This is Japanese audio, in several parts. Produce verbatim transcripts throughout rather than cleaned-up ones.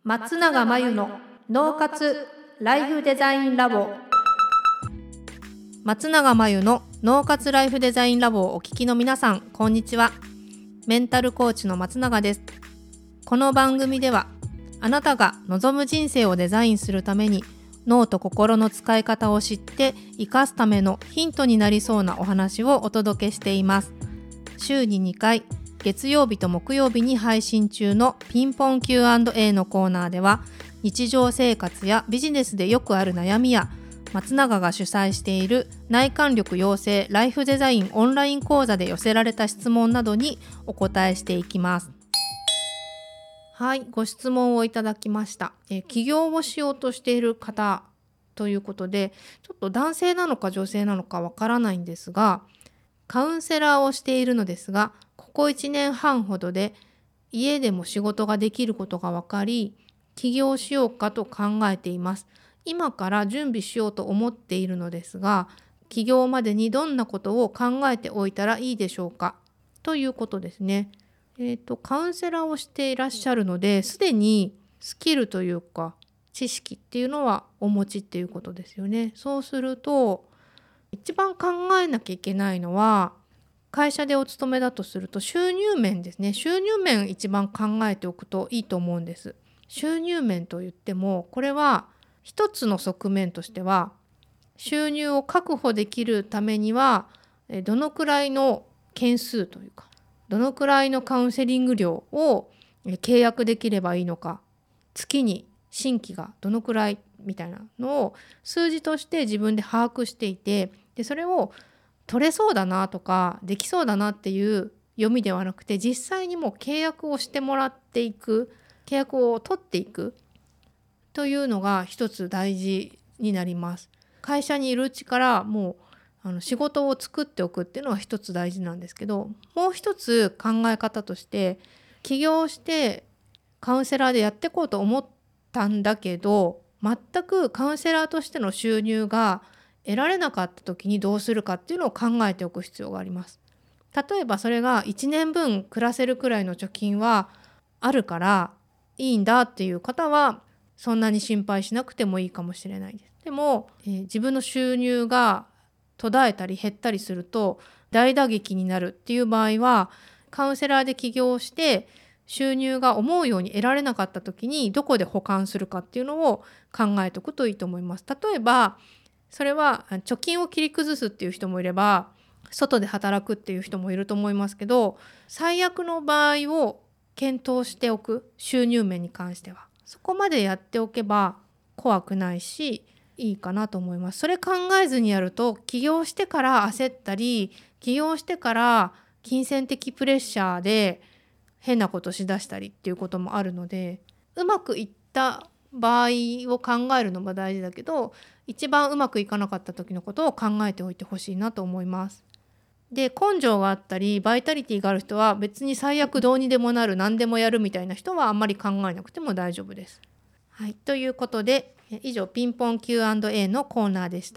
松永真由の脳活ライフデザインラボ。松永真由の脳活ライフデザインラボをお聞きの皆さん、こんにちは。メンタルコーチの松永です。この番組では、あなたが望む人生をデザインするために脳と心の使い方を知って生かすためのヒントになりそうなお話をお届けしています。週ににかい、月曜日と木曜日に配信中のピンポン キューアンドエー のコーナーでは、日常生活やビジネスでよくある悩みや、松永が主催している内観力養成ライフデザインオンライン講座で寄せられた質問などにお答えしていきます。はい、ご質問をいただきました。え起業をしようとしている方ということで、ちょっと男性なのか女性なのかわからないんですが、カウンセラーをしているのですが、ここいちねんはんほどで家でも仕事ができることが分かり、起業しようかと考えています。今から準備しようと思っているのですが、起業までにどんなことを考えておいたらいいでしょうか、ということですね。えーと、カウンセラーをしていらっしゃるので、すでにスキルというか知識っていうのはお持ちっていうことですよね。そうすると、一番考えなきゃいけないのは、会社でお勤めだとすると収入面ですね。収入面一番考えておくといいと思うんです。収入面といっても、これは一つの側面としては、収入を確保できるためにはどのくらいの件数というか、どのくらいのカウンセリング料を契約できればいいのか、月に新規がどのくらいみたいなのを数字として自分で把握していて、でそれを取れそうだなとかできそうだなっていう読みではなくて、実際にもう契約をしてもらっていく、契約を取っていくというのが一つ大事になります。会社にいるうちからもうあの仕事を作っておくっていうのが一つ大事なんですけど、もう一つ考え方として、起業してカウンセラーでやっていこうと思ったんだけど、全くカウンセラーとしての収入が得られなかった時にどうするかっていうのを考えておく必要があります。例えばそれがいちねんぶん暮らせるくらいの貯金はあるからいいんだっていう方は、そんなに心配しなくてもいいかもしれないです。でも、えー、自分の収入が途絶えたり減ったりすると大打撃になるっていう場合は、カウンセラーで起業して収入が思うように得られなかった時にどこで保管するかっていうのを考えておくといいと思います。例えばそれは貯金を切り崩すっていう人もいれば、外で働くっていう人もいると思いますけど、最悪の場合を検討しておく、収入面に関してはそこまでやっておけば怖くないしいいかなと思います。それ考えずにやると、起業してから焦ったり、起業してから金銭的プレッシャーで変なことしだしたりっていうこともあるので、うまくいった場合を考えるのも大事だけど、一番うまくいかなかった時のことを考えておいてほしいなと思います。で、根性があったりバイタリティがある人は、別に最悪どうにでもなる、何でもやるみたいな人はあんまり考えなくても大丈夫です。はい、ということで、以上ピンポン キューアンドエー のコーナーでした。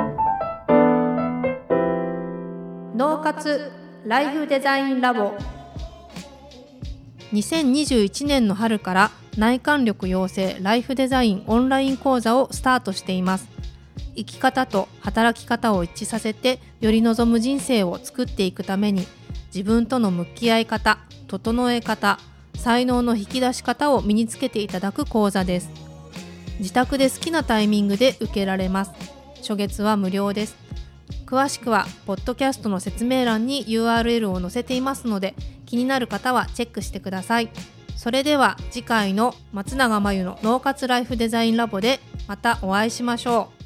脳活ライフデザインラボ。にせんにじゅういちねんの春から内観力養成ライフデザインオンライン講座をスタートしています。生き方と働き方を一致させて、より望む人生を作っていくために、自分との向き合い方、整え方、才能の引き出し方を身につけていただく講座です。自宅で好きなタイミングで受けられます。初月は無料です。詳しくはポッドキャストの説明欄に ユーアールエル を載せていますので、気になる方はチェックしてください。それでは次回の松永真由の脳活ライフデザインラボでまたお会いしましょう。